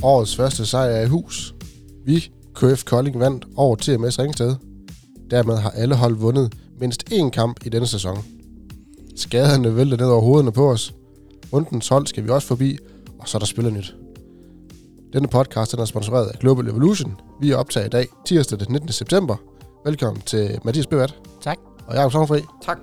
Årets første sejr er i hus. Vi, KF Kolding, vandt over TMS Ringsted. Dermed har alle hold vundet mindst én kamp i denne sæson. Skaderne vælter ned over hovederne på os. Rundens hold skal vi også forbi, og så er der spillernyt. Denne podcast den er sponsoreret af Global Evolution. Vi optager i dag, tirsdag den 19. september. Velkommen til Mathias Bevat. Tak. Og Jakob Sommerfri. Tak.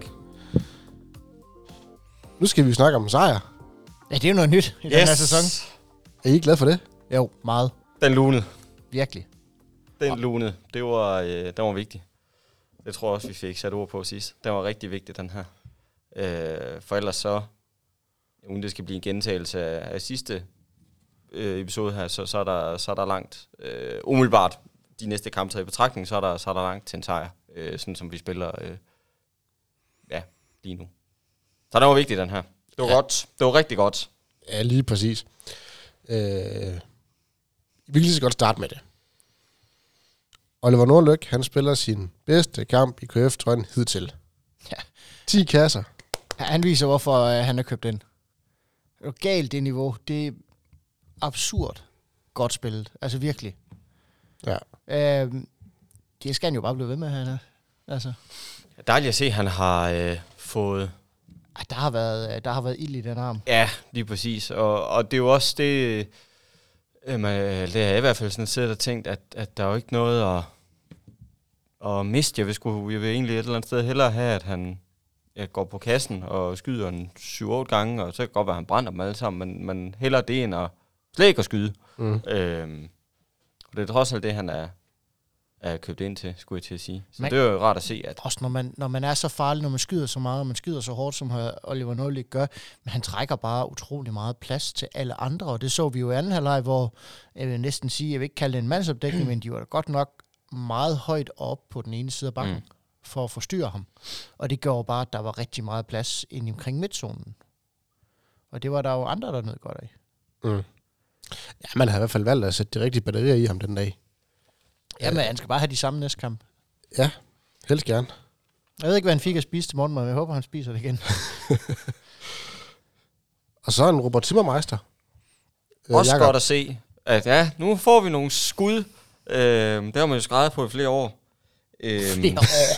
Nu skal vi snakke om sejr. Ja, det er jo noget nyt i den her sæson. Er I glad for det? Jo, meget. Den lunede. Virkelig. Den lunede. Det var vigtigt. Det tror jeg også, vi fik sat ord på sidst. Den var rigtig vigtig, den her. For ellers så, uden det skal blive en gentagelse af sidste episode her, så er der langt. Umiddelbart de næste kampe taget i betragtning, så er der langt til en sejr. Sådan som vi spiller lige nu. Så den var vigtig, den her. Det var godt. Det var rigtig godt. Ja, lige præcis. Vi kan lige så godt starte med det. Oliver Nordlyk, han spiller sin bedste kamp i KF-trøjen hidtil. Ja. 10 kasser. Ja, han viser, hvorfor han er købt ind. Det er galt, det niveau. Det er absurd godt spillet. Altså virkelig. Ja. Det skal han jo bare blive ved med, han er. Altså. Dejligt at se, at han har fået... Der har været ild i den arm. Ja, lige præcis. Og det er jo også det... det har jeg i hvert fald sådan set og tænkt, at der er jo ikke noget at miste. Jeg vil egentlig et eller andet sted hellere have, at han går på kassen og skyder en 7-8 gange, og så kan det godt være, at han brænder dem alle sammen, men hellere det, end at slet ikke at skyde. Og det er trods alt det, han er købt ind til, skulle jeg til at sige. Så det er jo rart at se, at... Også når man er så farlig, når man skyder så meget, og man skyder så hårdt, som Oliver Nordlyk gør, men han trækker bare utrolig meget plads til alle andre, og det så vi jo i anden halvleg, hvor jeg vil næsten sige, jeg vil ikke kalde det en mandsopdækning, men de var da godt nok meget højt op på den ene side af bakken, for at forstyrre ham. Og det gjorde bare, at der var rigtig meget plads inde omkring midtzonen. Og det var der jo andre, der nød godt af. Ja, man har i hvert fald valgt at sætte de rigtige batterier i ham den dag. Jamen, han skal bare have de samme næste kamp. Ja, helst gerne. Jeg ved ikke, hvad han fik at spise til morgen, men jeg håber, han spiser det igen. Og så en Robert Zimmermeister. Også Jacob. Godt at se, at nu får vi nogle skud. Det har man jo skrevet på i flere år. Flere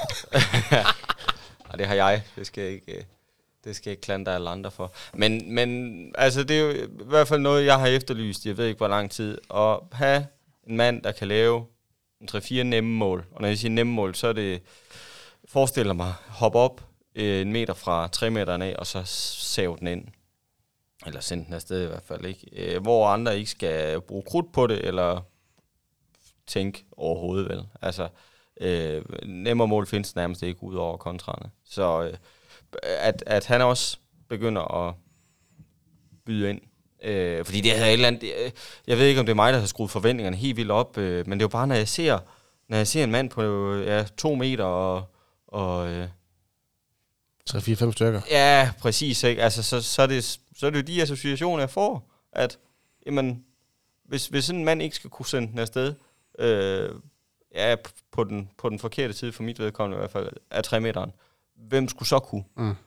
år? Nej, det har jeg. Det skal jeg ikke klandre alle andre for. Men altså, det er jo i hvert fald noget, jeg har efterlyst. Jeg ved ikke, hvor lang tid. At have en mand, der kan lave 3-4 nemme mål. Og når jeg siger nemme mål, så er det, forestiller mig, hoppe op 1 meter fra 3 meteren af, og så save den ind. Eller sende den afsted i hvert fald, ikke? Hvor andre ikke skal bruge krudt på det, eller tænke overhovedet, vel? Altså, nemmere mål findes nærmest ikke ud over kontrerne. Så at han også begynder at byde ind. Fordi det er et eller andet... Jeg ved ikke, om det er mig, der har skruet forventningerne helt vildt op, men det er jo bare, når jeg ser en mand på 2 meter og 3-4-5 stykker. Ja, præcis, ikke? Altså, så er det jo de associationer, jeg får, at jamen, hvis sådan en mand ikke skal kunne sende den afsted, på den forkerte side, for mit vedkommende i hvert fald, af 3 meteren, hvem skulle så kunne?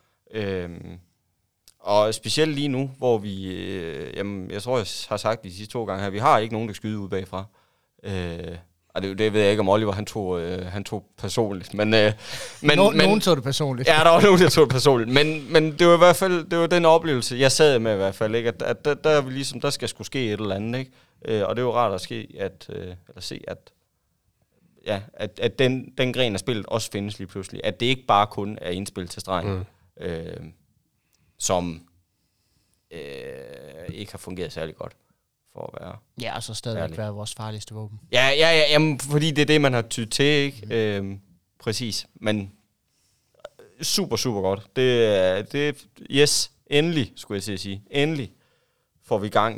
Og specielt lige nu, hvor vi, jeg tror, jeg har sagt de sidste 2 gange her, vi har ikke nogen, der skyder ud bagfra. Og det ved jeg ikke, om Oliver han tog personligt. Nogen tog det personligt. Ja, der var nogen, der tog det personligt. Men det var i hvert fald det var den oplevelse, jeg sad med i hvert fald, ikke? At der vi ligesom, der skal skulle ske et eller andet, ikke? Og det var rart at se, at den gren af spillet også findes lige pludselig. At det ikke bare kun er indspil til stregen. Som ikke har fungeret særlig godt, for at være... Ja, og så stadigvæk være vores farligste våben. Ja, jamen, fordi det er det, man har tydet til, ikke? Præcis, men super, super godt. Det yes, endelig, skulle jeg sige. Endelig får vi gang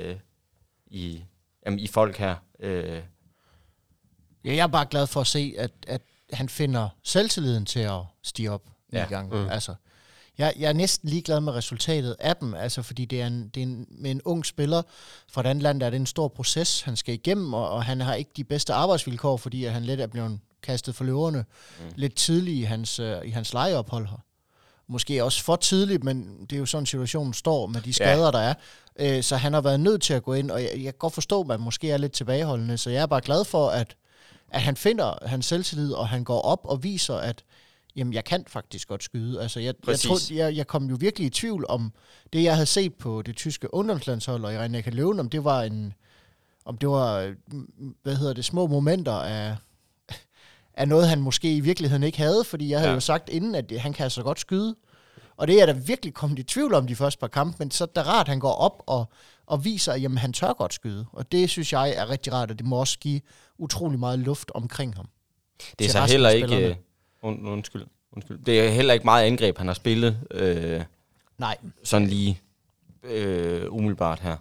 i folk her. Ja, jeg er bare glad for at se, at han finder selvtilliden til at stige op i gang. Altså, jeg er næsten ligeglad med resultatet af dem, altså fordi det er med en ung spiller fra et andet land, der er det en stor proces, han skal igennem, og han har ikke de bedste arbejdsvilkår, fordi at han let er blevet kastet for løverne lidt tidligt i hans lejeophold her. Måske også for tidligt, men det er jo sådan, situationen står med de skader, der er. Så han har været nødt til at gå ind, og jeg kan godt forstå, at man måske er lidt tilbageholdende, så jeg er bare glad for, at han finder hans selvtillid, og han går op og viser, at jamen, jeg kan faktisk godt skyde. Altså, jeg kom jo virkelig i tvivl om det, jeg havde set på det tyske ungdomslandshold, og i Rhein-Neckar Löwen, om det var små momenter af noget, han måske i virkeligheden ikke havde, fordi jeg havde jo sagt inden, at han kan så godt skyde. Og det er jeg da virkelig kommet i tvivl om de første par kampe, men så er det rart, at han går op og viser, at jamen, han tør godt skyde. Og det synes jeg er rigtig rart, og det må også give utrolig meget luft omkring ham. Det er så heller ikke... Undskyld. Det er heller ikke meget angreb, han har spillet. Nej. Sådan lige umiddelbart her.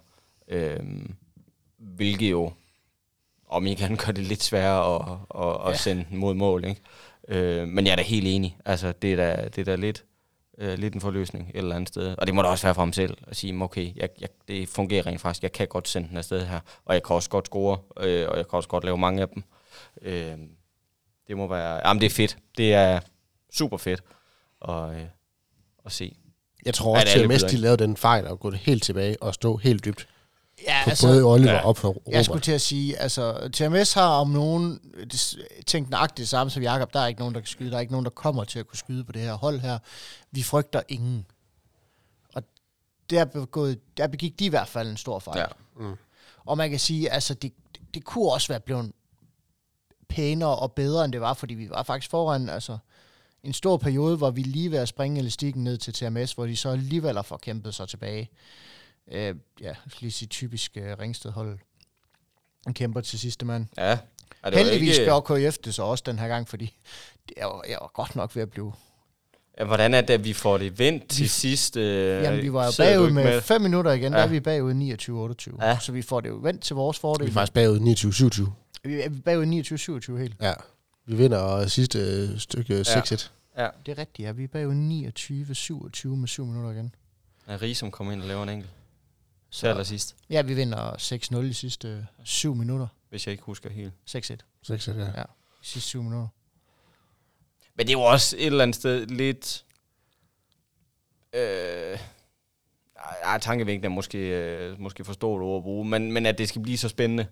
Hvilket jo, om I kan gøre det lidt sværere at sende mod mål, ikke? Men jeg er da helt enig. Altså, det er da lidt en forløsning et eller andet sted. Og det må da også være for ham selv at sige, okay, det fungerer rent faktisk. Jeg kan godt sende den afsted her, og jeg kan også godt score, og jeg kan også godt lave mange af dem. Det må være... Jamen, det er fedt. Det er super fedt at se. Jeg tror også, at de lavede den fejl at gå helt tilbage og stå helt dybt. Ja, på både Oliver og på Robert. Jeg skulle til at sige, altså, TMS har om nogen tænkt nøjagtigt det samme som Jakob. Der er ikke nogen, der kan skyde. Der er ikke nogen, der kommer til at kunne skyde på det her hold her. Vi frygter ingen. Og der begik de i hvert fald en stor fejl. Ja. Og man kan sige, altså, det kunne også være blevet pænere og bedre, end det var, fordi vi var faktisk foran, altså, en stor periode, hvor vi lige ved at springe elastikken ned til TMS, hvor de så alligevel får kæmpet sig tilbage. Lige sige typisk Ringsted-hold. Han kæmper til sidste mand. Ja. Heldigvis gør KF det så også den her gang, fordi jeg var godt nok ved at blive... Ja, hvordan er det, at vi får det vendt til sidst? Jamen, vi var jo bagud med 5 minutter igen, der er vi bagud 29-28. Ja. Så vi får det jo vendt til vores fordel. Vi er faktisk bagud 29-27. Vi er bagud 29-27 helt. Ja, vi vinder sidste stykke 6-1. Ja. Det er rigtigt, ja. Vi er bagud 29-27 med 7 minutter igen. Ja, Riesum kommer ind og laver en enkelt. Så allersidst. Ja, vi vinder 6-0 i sidste 7 minutter. Hvis jeg ikke husker helt. 6-1. 6-1, ja. Ja, i sidste 7 minutter. Men det er jo også et eller andet sted lidt... tankevækkende er måske for stort ord at bruge, men at det skal blive så spændende.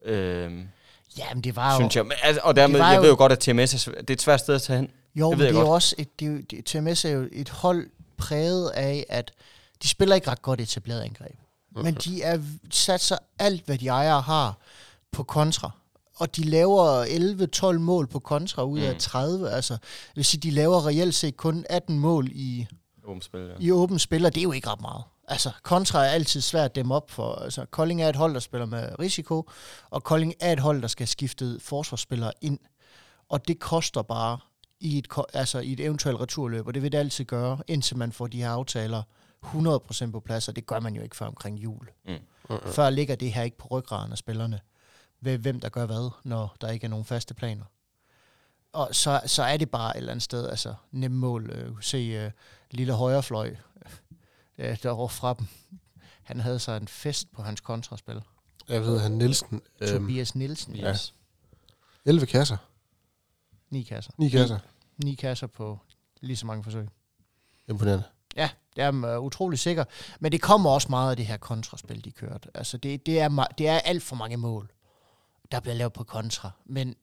Jamen, det var jo... Synes jeg. Men, altså, og dermed, jeg ved jo godt, at TMS det er et svært sted at tage hen. Jo, det men det er jo også... TMS er jo et hold præget af, at de spiller ikke ret godt etableret angreb. Men de er sat sig alt, hvad de ejer har på kontra. Og de laver 11-12 mål på kontra ud af 30. Altså, det vil sige, de laver reelt set kun 18 mål i åbent spil, og det er jo ikke ret meget. Altså, kontra er altid svært at dæmme op for. Altså, Kolding er et hold, der spiller med risiko, og Kolding er et hold, der skal skifte forsvarsspillere ind. Og det koster bare i et eventuelt returløb, og det vil det altid gøre, indtil man får de her aftaler 100% på plads, og det gør man jo ikke før omkring jul. Før ligger det her ikke på ryggraden af spillerne, ved hvem der gør hvad, når der ikke er nogen faste planer. Og så er det bare et eller andet sted, altså nemme mål. Se lille højrefløj derovre fra dem. Han havde så en fest på hans kontraspil. Jeg ved, han Nielsen. Tobias Nielsen. Ja. 11 kasser. 9 kasser. 9 kasser. 9 kasser på lige så mange forsøg. Imponerende. Ja, det er utrolig sikker. Men det kommer også meget af det her kontraspil, de kørte. Altså, det er alt for mange mål, der bliver lavet på kontra. Men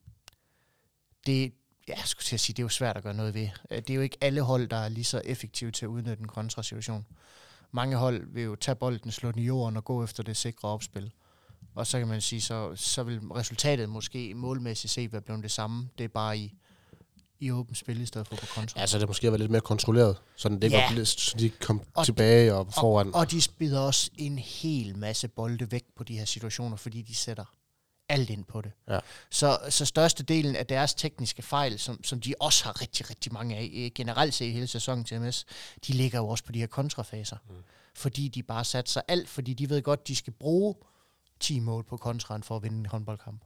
jeg skulle til at sige, det er jo svært at gøre noget ved. Det er jo ikke alle hold, der er lige så effektive til at udnytte en kontrasituation. Mange hold vil jo tage bolden, slå den i jorden og gå efter det sikre opspil. Og så kan man sige, så vil resultatet måske målmæssigt set være blevet det samme. Det er bare i åbent spil i stedet for på kontra. Ja, så det måske var lidt mere kontrolleret, sådan det var så de kom tilbage og foran. Og de spider også en hel masse bolde væk på de her situationer, fordi de sætter alt ind på det. Ja. Så størstedelen af deres tekniske fejl, som de også har rigtig, rigtig mange af, generelt set hele sæsonen til MS, de ligger jo også på de her kontrafaser. Fordi de bare satte sig alt, fordi de ved godt, de skal bruge 10 mål på kontraen for at vinde en håndboldkamp.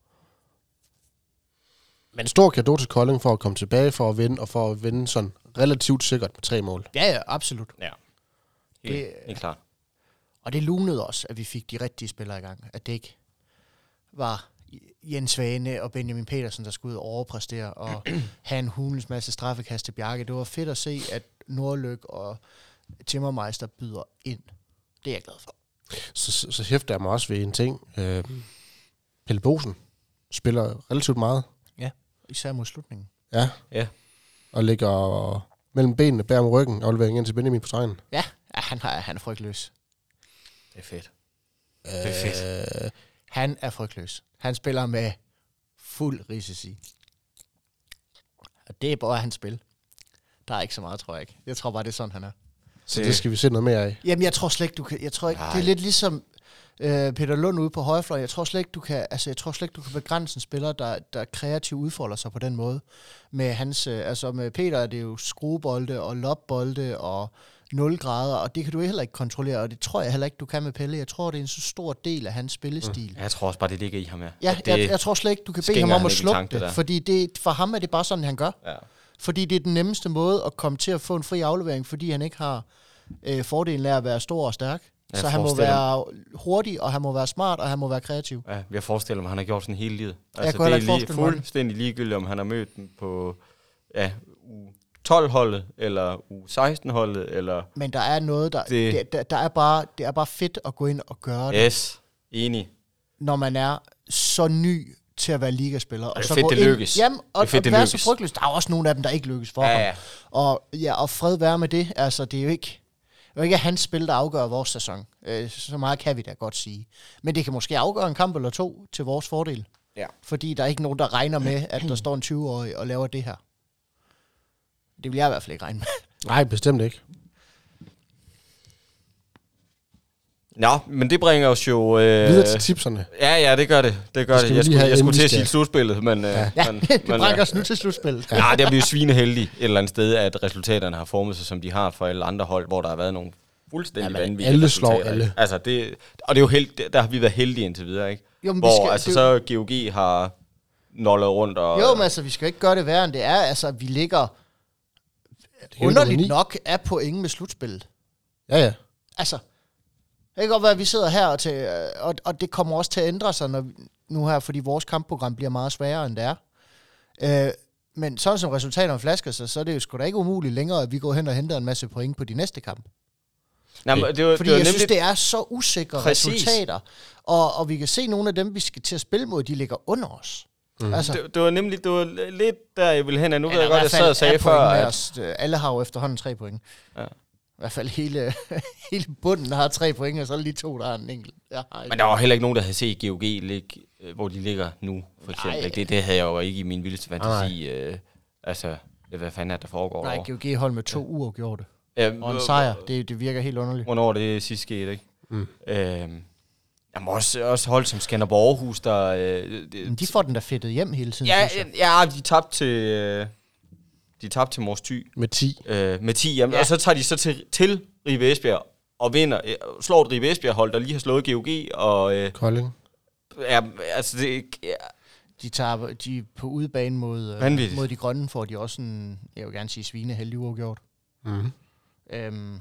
Men stor cadeau til Kolding for at komme tilbage for at vinde, og for at vinde sådan relativt sikkert med 3 mål. Ja, absolut. Ja, helt klart. Og det lunede også, at vi fik de rigtige spillere i gang. At det ikke var Jens Svane og Benjamin Petersen, der skulle ud og overpræstere og have en hulens masse straffekast til Bjarke. Det var fedt at se, at Nordlyk og Timmermeister byder ind. Det er jeg glad for. Så hæfter jeg mig også ved en ting. Pelle Bosen spiller relativt meget. Ja, især mod slutningen. Ja. Og ligger mellem benene, bærer med ryggen, aflevering ind til Benjamin på stregen. Ja, han er frygtløs. Det er fedt. Det er fedt. Han er frygtløs. Han spiller med fuld risici. Og det er bare hans spil. Der er ikke så meget, tror jeg ikke. Jeg tror bare, det er sådan, han er. Så det skal vi se noget mere af. Jamen, jeg tror slet ikke, du kan... Jeg tror ikke, det er lidt ligesom Peter Lund ude på højrefløjen. Jeg tror slet ikke, du kan begrænse en spiller, der kreativt udfolder sig på den måde. Med hans... med Peter er det jo skruebolde og lopbolde og 0 grader, og det kan du heller ikke kontrollere, og det tror jeg heller ikke, du kan med Pelle. Jeg tror, det er en så stor del af hans spillestil. Jeg tror også bare, det ligger i ham her. Ja, jeg tror slet ikke, du kan bede ham om at slukke det, fordi for ham er det bare sådan, han gør. Ja. Fordi det er den nemmeste måde at komme til at få en fri aflevering, fordi han ikke har fordelen af at være stor og stærk. Så han må være hurtig, og han må være smart, og han må være kreativ. Ja, jeg forestiller mig, han har gjort sådan hele livet. Altså, det er fuldstændig ligegyldigt, om han har mødt dem på U12-holdet, eller U16-holdet, eller... Men der er noget, det er bare fedt at gå ind og gøre det. Yes, enig. Når man er så ny til at være ligaspiller. Og det er fedt, det lykkes. Jamen, og være så frygtløs. Der er også nogle af dem, der ikke lykkes for ham. Og fred være med det. Altså, det er jo ikke hans spil, der afgør vores sæson. Så meget kan vi da godt sige. Men det kan måske afgøre en kamp eller 2 til vores fordel. Ja. Fordi der er ikke nogen, der regner med, at der står en 20-årig og laver det her. Det vil jeg i hvert fald ikke regne med. Nej, bestemt ikke. Nå, men det bringer os jo... videre til tipserne. Ja, det gør det. Jeg skulle til at sige slutspillet, men... det bringer os nu til slutspillet. Ja, det er vi jo svineheldige et eller andet sted, at resultaterne har formet sig, som de har for alle andre hold, hvor der har været nogle fuldstændig vanvittige alle slår alle. Altså, og det er jo der har vi været heldige indtil videre, ikke? Jo, hvor så GOG har nollet rundt og... Jo, men altså, vi skal ikke gøre det værre, end det er. Altså, vi ligger underligt nok af point med slutspillet. Ja. Altså... Det kan godt være, at vi sidder her, og det kommer også til at ændre sig nu her, fordi vores kampprogram bliver meget sværere, end det er. Men sådan som resultaterne flasker sig, så er det jo sgu da ikke umuligt længere, at vi går hen og henter en masse point på de næste kamp. Fordi jeg synes, det er så usikre resultater, og vi kan se nogle af dem, vi skal til at spille mod, de ligger under os. Mm. Altså, det var lidt der, jeg ville hen, nu ved jeg godt, jeg sad og sagde før, at... Alle har jo efterhånden 3 point. Ja. I hvert fald hele bunden har 3 point, og så er lige 2, der har en enkelt. Men der var heller ikke nogen, der havde set GOG ligge, hvor de ligger nu, for eksempel. Det havde jeg jo ikke i min vildeste fantasi. Hvad fanden er der foregår? Nej, GOG hold med 2 uafgjorte. Og en sejr, det virker helt underligt. Hvornår det sidst skete, ikke? Mm. Jamen også hold som Skanderborg Aarhus, der... de får den der fedtet hjem hele tiden. Ja, de tabte til... De tabte til Mors Thy. Med 10. Med 10, jamen. Ja. Og så tager de så til Ribe Esbjerg og vinder. Slår et Ribe Esbjerg hold, der lige har slået GOG og... Kolding. Ja, altså det... Ja. De er på udebane mod de grønne, får de også en, jeg vil gerne sige, svineheldig uafgjort. Mm-hmm.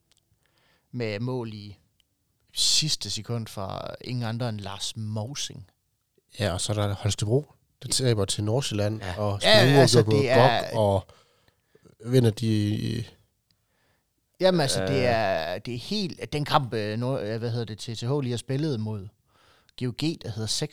Med mål i sidste sekund fra ingen andre end Lars Mousing. Ja, og så er der Holstebro. Det taber til Nordsjælland og spiller uafgjort mod Bok, og vinder de... Jamen altså, det er helt... Den kamp, TTH lige har spillet mod GOG, der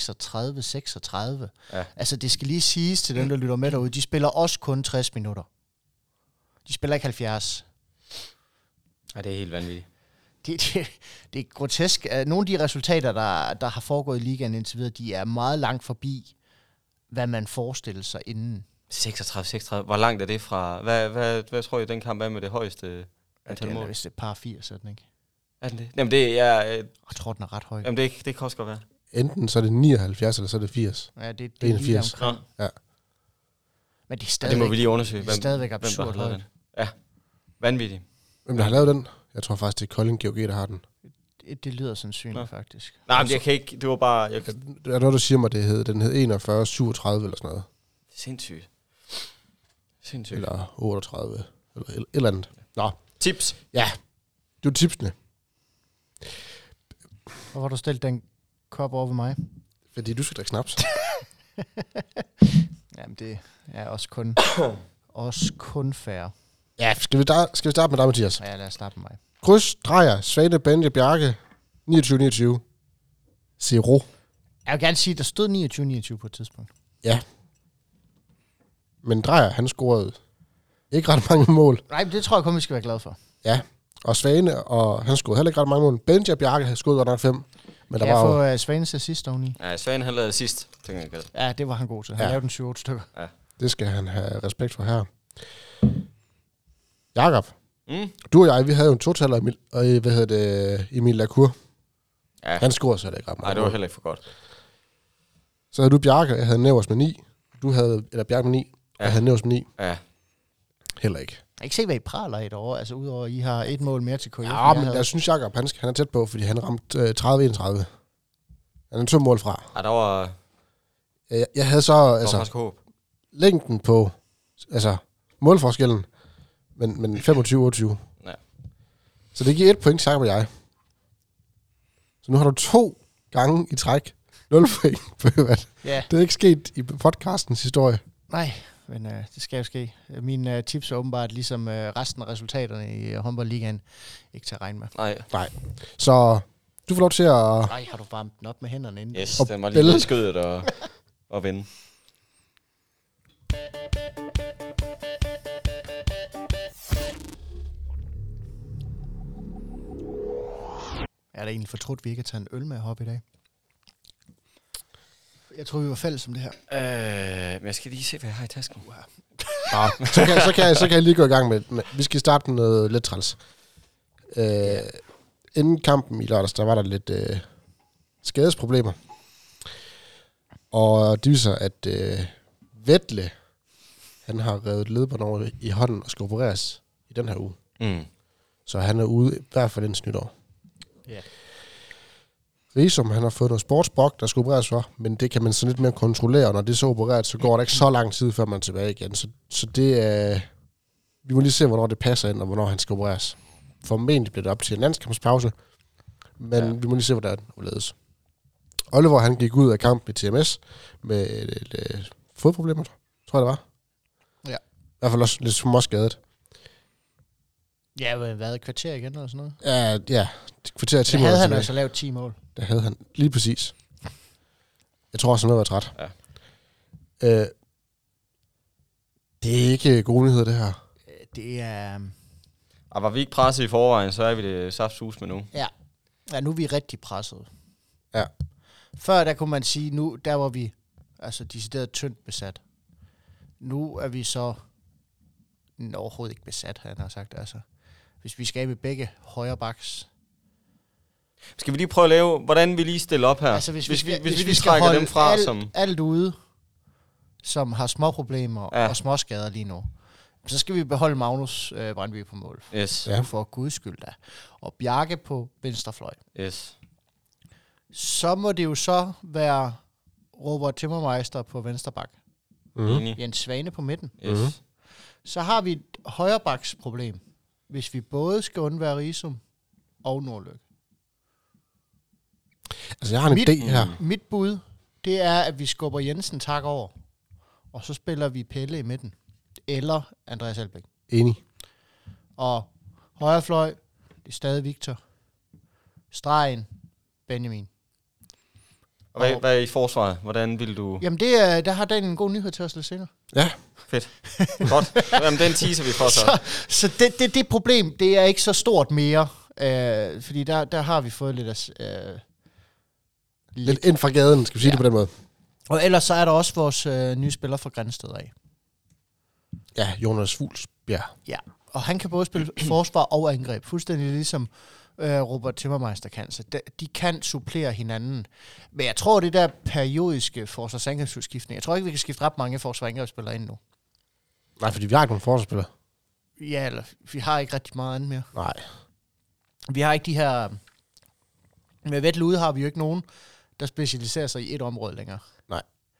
hedder 36-36. Ja. Altså, det skal lige siges til dem, der lytter med derude. De spiller også kun 60 minutter. De spiller ikke 70. Ja, det er helt vanvittigt. Det er grotesk. Nogle af de resultater, der har foregået i ligaen indtil videre, de er meget langt forbi, hvad man forestiller sig inden. 36. Hvor langt er det fra... Hvad tror I, den kamp er med det højeste antal mål? Det er vist et par 80, er den ikke? Er den det? Jamen det er... Jeg tror, den er ret høj. Jamen det kan også godt være. Enten så er det 79, eller så er det 80. Ja, det er 81. Ja. Men det er stadigvæk... Det må vi lige undersøge. Det er stadigvæk absurd højt. Ja, vanvittigt. Hvem der har lavet den? Jeg tror faktisk, det er Kolding GOG, der har den. Det lyder sandsynligt, faktisk. Nej, men jeg kan ikke... Det var bare... Der er noget, der siger mig, den hed 41-37 eller sådan noget. Sindssygt. Eller 38, eller et eller andet. Nå. Tips. Ja, det er tipsene. Hvor har du stillet den kop over ved mig? Fordi du skal drikke snaps. Jamen, det er også kun fair. Ja, skal vi starte med dig, Mathias? Ja, lad os starte med mig. Kryds, Drejer, Svane, Benje, Bjarke, 29-29. Zero. Jeg vil gerne sige, at der stod 29-29 på et tidspunkt. Ja. Men Drejer, han scorede ikke ret mange mål. Nej, det tror jeg kun, vi skal være glade for. Ja, og Svane, og han scorede heller ikke ret mange mål. Benji og Bjarke havde scoret godt nok 5. Men der jeg var får Svanes assist oveni. Ja, Svane han lavede sidst, tænker jeg. Ja, det var han god til. Han lavede den 7-8 stykker. Ja. Det skal han have respekt for her. Jakob, du og jeg, vi havde jo en totaler Emil Lacour. Ja. Han scorede så ikke ret meget. Nej, det var heller ikke for godt. Så havde du Bjarke, jeg havde Nævers med 9. Bjarke med 9, Ja. jeg havde Nævers med 9. Ja. Heller ikke. Jeg kan ikke se, hvad I praler i et år. Altså, udover at I har et mål mere til KF. Ja, men jeg synes, Jakob, han er tæt på, fordi han ramte 30-31. Han er 2 mål fra. Ja, der var Jeg havde så faktisk håb. længden på målforskellen, men 25-28. Ja. Så det giver 1 point til Jakob og jeg. Så nu har du 2 gange i træk 0 point. Ja. Det er ikke sket i podcastens historie. Nej, men det skal jo ske. Mine tips er åbenbart ligesom resten af resultaterne i håndboldligaen ikke til at regne med. Nej. Så du får lov til at... Nej, har du varmt den op med hænderne inden? Yes, Og den var lige Belle. lidt skødet og vende. Er der egentlig fortrudt, vi ikke har taget en øl med op i dag? Jeg tror, vi var fælles om det her. Men jeg skal lige se, hvad jeg har i tasken. Ja, så kan jeg lige gå i gang med vi skal starte med noget lidt træls. Inden kampen i lørdags, der var der lidt skadesproblemer. Og det viser, at Vettle, han har revet ledbånd over i hånden og skal opereres i den her uge. Så han er ude i hvert fald indtil nytår. Ja. Risum, han har fået noget sportsbrok, der skal opereres for, men det kan man så lidt mere kontrollere, og når det er så opereret, så går der ikke så lang tid, før man er tilbage igen. Så det er... Vi må lige se, hvornår det passer ind, og hvornår han skal opereres. Formentlig bliver det op til en landskampspause, men vi må lige se, hvordan det ledes. Oliver, han gik ud af kampen i TMS med et fodproblemer, tror jeg det var. Ja. I hvert fald også lidt småskadet. Ja, hvad? Kvarter igen eller sådan noget? Ja, kvarter 10 Der mål. havde han altså lavet 10 mål. Der havde han lige præcis. Jeg tror også, han var træt. Ja. Det er ikke gode nyheder, det her. Det er... Og var vi ikke presset i forvejen, så er vi det saftsus med nu. Ja, nu er vi rigtig presset. Ja. Før der kunne man sige, nu der var vi altså decideret tyndt besat. Nu er vi så overhovedet ikke besat, han har sagt. Altså, hvis vi skal af med begge højre backs. Skal vi lige prøve at lave, hvordan vi lige stiller op her? Altså, hvis vi lige skal trækker holde dem fra, som... alt ude, som har små problemer og små skader lige nu, så skal vi beholde Magnus Brandby på mål. Yes. Ja. For guds skyld da. Og Bjarke på venstre fløj. Yes. Så må det jo så være Robert Timmermeister på venstre bak. Enig. Jens Svane på midten. Yes. Så har vi et højrebaks-problem, hvis vi både skal undvære Risum og Nordlykke. Altså, jeg har en idé her. Mit bud, det er, at vi skubber Jensen tak over, og så spiller vi Pelle i midten. Eller Andreas Albæk. Enig. Og højrefløj, det er stadig Victor. Stregen, Benjamin. Og hvad er i forsvaret? Hvordan vil du... Jamen, der har Daniel en god nyhed til os lidt senere. Ja. Fedt. Godt. Jamen, den teaser vi for så. Så det problem, det er ikke så stort mere. Fordi der har vi fået lidt af... Lidt ind fra gaden, skal vi sige det på den måde. Og ellers så er der også vores nye spiller fra Grænsted af. Ja, Jonas Fuglsbjerg. Ja, og han kan både spille forsvar og angreb. Fuldstændig ligesom Robert Timmermeister kan. Så de kan supplere hinanden. Men jeg tror, det der periodiske forsvarsangrebsudskiftning, jeg tror ikke, vi kan skifte ret mange forsvarsangrebsspillere ind nu. Nej, fordi vi har ikke nogen forsvarsspillere. Ja, eller vi har ikke rigtig meget andet mere. Nej. Vi har ikke de her... Med Vettel ude har vi jo ikke nogen, der specialiserer sig i et område længere. Nej.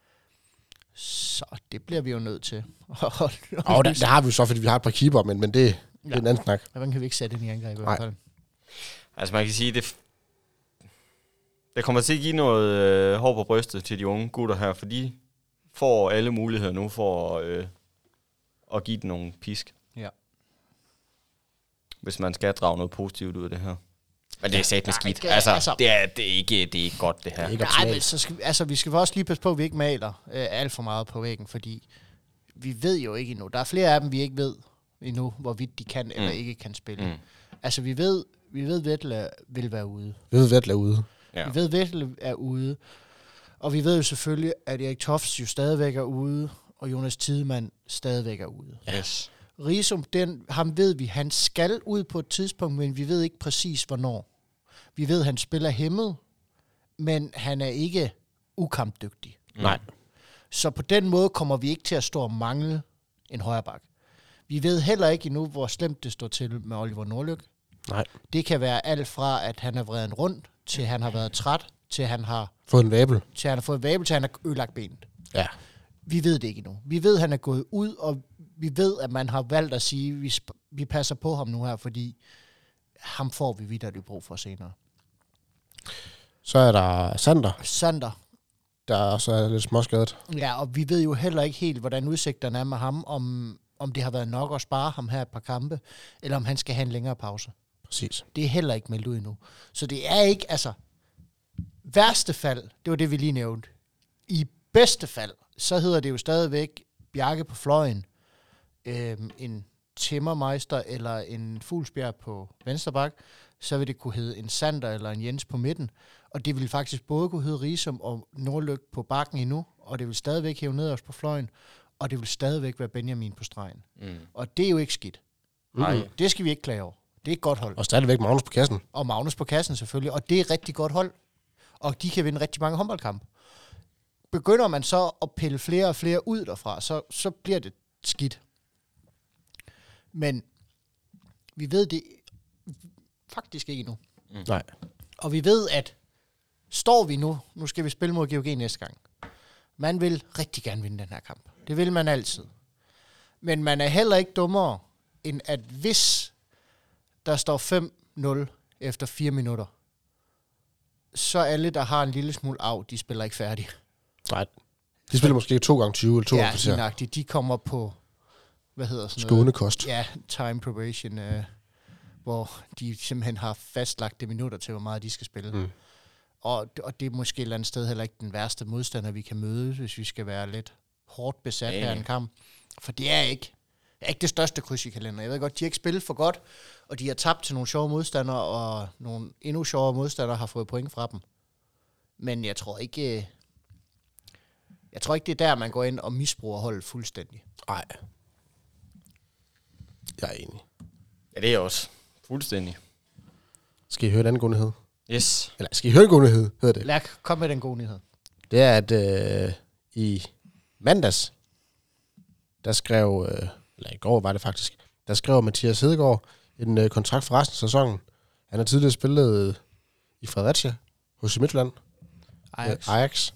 Så det bliver vi jo nødt til. Og der har vi jo så, fordi vi har et par keeper, men det er en anden snak. Men kan vi ikke sætte ind i angreb i hvert fald. Altså man kan sige, Det kommer til at give noget hår på brystet til de unge gutter her, for de får alle muligheder nu for at give den nogle pisk. Ja. Hvis man skal drage noget positivt ud af det her. Men det er satme skidt. det er- Altså, det er ikke godt, det her. Det er ikke Nej, optimalt. men så skal, vi skal også lige passe på, at vi ikke maler alt for meget på væggen, fordi vi ved jo ikke endnu. Der er flere af dem, vi ikke ved endnu, hvorvidt de kan eller ikke kan spille. Altså, vi ved Vettel vil være ude. Vi ved, Vettel er ude. Ja. Vi ved, Vettel er ude. Og vi ved jo selvfølgelig, at Erik Tofts jo stadigvæk er ude, og Jonas Tidemand stadigvæk er ude. Yes. Risum, ham ved vi, han skal ud på et tidspunkt, men vi ved ikke præcis, hvornår. Vi ved, han spiller hæmmet, men han er ikke ukampdygtig. Nej. Så på den måde kommer vi ikke til at stå og mangle en højreback. Vi ved heller ikke endnu, hvor slemt det står til med Oliver Nordlyk. Nej. Det kan være alt fra, at han har vredet rundt, til han har været træt, til han har Fået en vabel. fået vabel, til han har ødelagt benet. Ja. Vi ved det ikke endnu. Vi ved, at han er gået ud, og vi ved, at man har valgt at sige, at vi passer på ham nu her, fordi ham får vi vitterligt brug for senere. Så er der Sander. der også er lidt småskadet. Ja, og vi ved jo heller ikke helt, hvordan udsigterne er med ham, om det har været nok at spare ham her et par kampe, eller om han skal have en længere pause. Præcis. Det er heller ikke meldt ud endnu. Så det er ikke, værste fald, det var det, vi lige nævnte. I bedste fald, så hedder det jo stadigvæk Bjarke på fløjen, en Timmermeister eller en Fuglsbjerg på venstre bak, så vil det kunne hedde en Sander eller en Jens på midten. Og det vil faktisk både kunne hedde Risum og Nordlyk på bakken endnu, og det vil stadigvæk hæve ned os på fløjen, og det vil stadigvæk være Benjamin på stregen. Og det er jo ikke skidt. Nej. Det skal vi ikke klage over. Det er et godt hold. Og stadigvæk Magnus på kassen. Og Magnus på kassen selvfølgelig, og det er et rigtig godt hold. Og de kan vinde rigtig mange håndboldkampe. Begynder man så at pille flere og flere ud derfra, så bliver det skidt. Men vi ved det faktisk ikke endnu. Nej. Og vi ved, at står vi nu skal vi spille mod GOG næste gang. Man vil rigtig gerne vinde den her kamp. Det vil man altid. Men man er heller ikke dummere, end at hvis der står 5-0 efter 4 minutter, så alle, der har en lille smule af, de spiller ikke færdig. Nej. De spiller måske 2 gange 20 eller 2 gange Ja, kvarter. nøjagtigt. De kommer på, hvad hedder sådan Skånekost. Ja, time probation, hvor de simpelthen har fastlagt det minutter til, hvor meget de skal spille. Og det er måske et eller andet sted heller ikke den værste modstander, vi kan møde, hvis vi skal være lidt hårdt besat her i en kamp. For det er ikke det største kryds i kalenderen. Jeg ved godt, de har ikke spillet for godt, og de har tabt til nogle sjove modstandere, og nogle endnu sjovere modstandere har fået point fra dem. Men jeg tror ikke, det er der, man går ind og misbruger holdet fuldstændig. Nej. Jeg er enig. Ja, det er også fuldstændig. Skal I høre en anden god nyhed? Yes. Eller skal I høre en god nyhed, hedder det? Lad kom med den gode nyhed. Det er, at i mandags, der skrev, eller i går var det faktisk, der skrev Mathias Hedegaard en kontrakt for resten af sæsonen. Han har tidligere spillet i Fredericia, hos Midtjylland, Ajax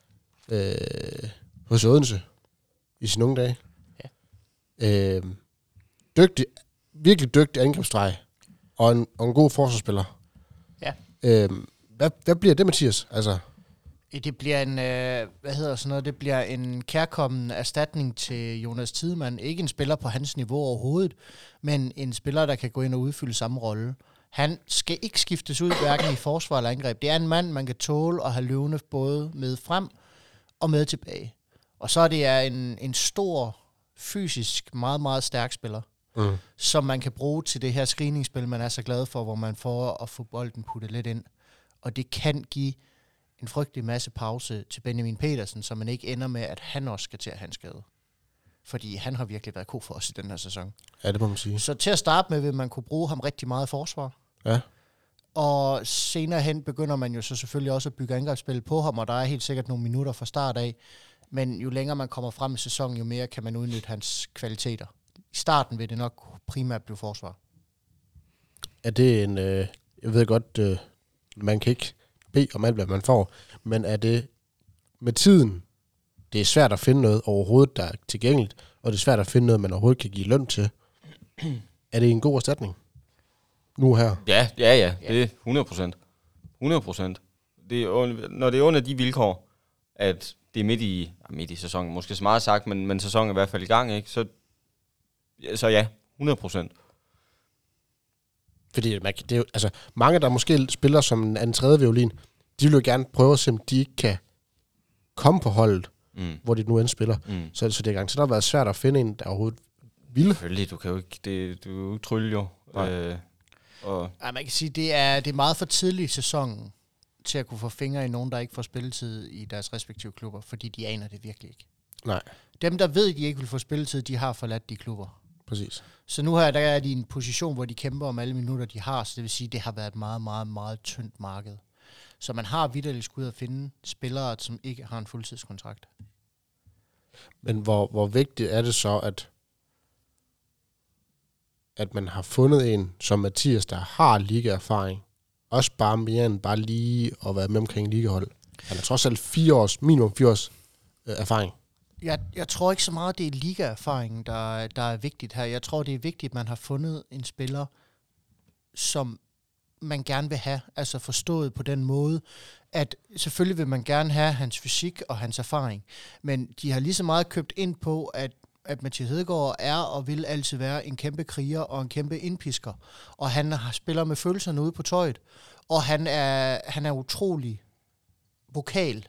hos Odense i sine unge dage. Ja. Virkelig dygtig angrebsstreg, og en god forsvarsspiller. Ja. Hvad bliver det, Mathias? Altså, Det bliver en, det bliver en kærkommen erstatning til Jonas Tidemand. Ikke en spiller på hans niveau overhovedet, men en spiller, der kan gå ind og udfylde samme rolle. Han skal ikke skiftes ud, hverken i forsvar eller angreb. Det er en mand, man kan tåle at have løvende både med frem og med tilbage. Og så er det en stor, fysisk, meget, meget stærk spiller, som man kan bruge til det her screeningsspil, man er så glad for, hvor man får at få bolden puttet lidt ind. Og det kan give en frygtelig masse pause til Benjamin Petersen, så man ikke ender med, at han også skal til at have en skade. Fordi han har virkelig været god for os i den her sæson. ja, det må man sige. Så til at starte med, vil man kunne bruge ham rigtig meget i forsvar. Ja. Og senere hen begynder man jo så selvfølgelig også at bygge angrebsspil på ham, og der er helt sikkert nogle minutter fra start af. Men jo længere man kommer frem i sæsonen, jo mere kan man udnytte hans kvaliteter. I starten vil det nok primært blive forsvar. Er det en... jeg ved godt, man kan ikke bede om alt, hvad man får, men er det med tiden, det er svært at finde noget overhovedet, der er tilgængeligt, og det er svært at finde noget, man overhovedet kan give løn til. Er det en god erstatning? Nu her? Ja. Det er 100%. 100%. når det er under de vilkår, at det er midt i sæsonen, måske så meget sagt, men sæsonen er i hvert fald i gang, ikke? Så ja, 100%. Fordi det er jo, altså, mange, der måske spiller som en tredje violin, de vil jo gerne prøve at se, om de ikke kan komme på holdet, hvor de nu end spiller. Så det er garanteret været svært at finde en, der overhovedet vil. Selvfølgelig, du kan jo ikke trylle jo. Man kan sige, det er meget for tidligt i sæsonen til at kunne få fingre i nogen, der ikke får spilletid i deres respektive klubber, fordi de aner det virkelig ikke. Nej. Dem, der ved, at de ikke vil få spilletid, de har forladt de klubber. Præcis. Så nu her, der er de i en position, hvor de kæmper om alle minutter, de har, så det vil sige, at det har været et meget, meget, meget tyndt marked. Så man har vitterligt skulle ud at finde spillere, som ikke har en fuldtidskontrakt. Men hvor vigtigt er det så, at man har fundet en som Mathias, der har ligaerfaring, også bare mere end bare lige at være med omkring ligahold. Han har trods alt minimum 4 års erfaring. Jeg tror ikke så meget, det er ligaerfaringen, der er vigtigt her. Jeg tror, det er vigtigt, at man har fundet en spiller, som man gerne vil have, altså forstået på den måde, at selvfølgelig vil man gerne have hans fysik og hans erfaring, men de har lige så meget købt ind på, at Mathias Hedegaard er og vil altid være en kæmpe kriger og en kæmpe indpisker, og han spiller med følelserne ude på tøjet, og han er utrolig vokal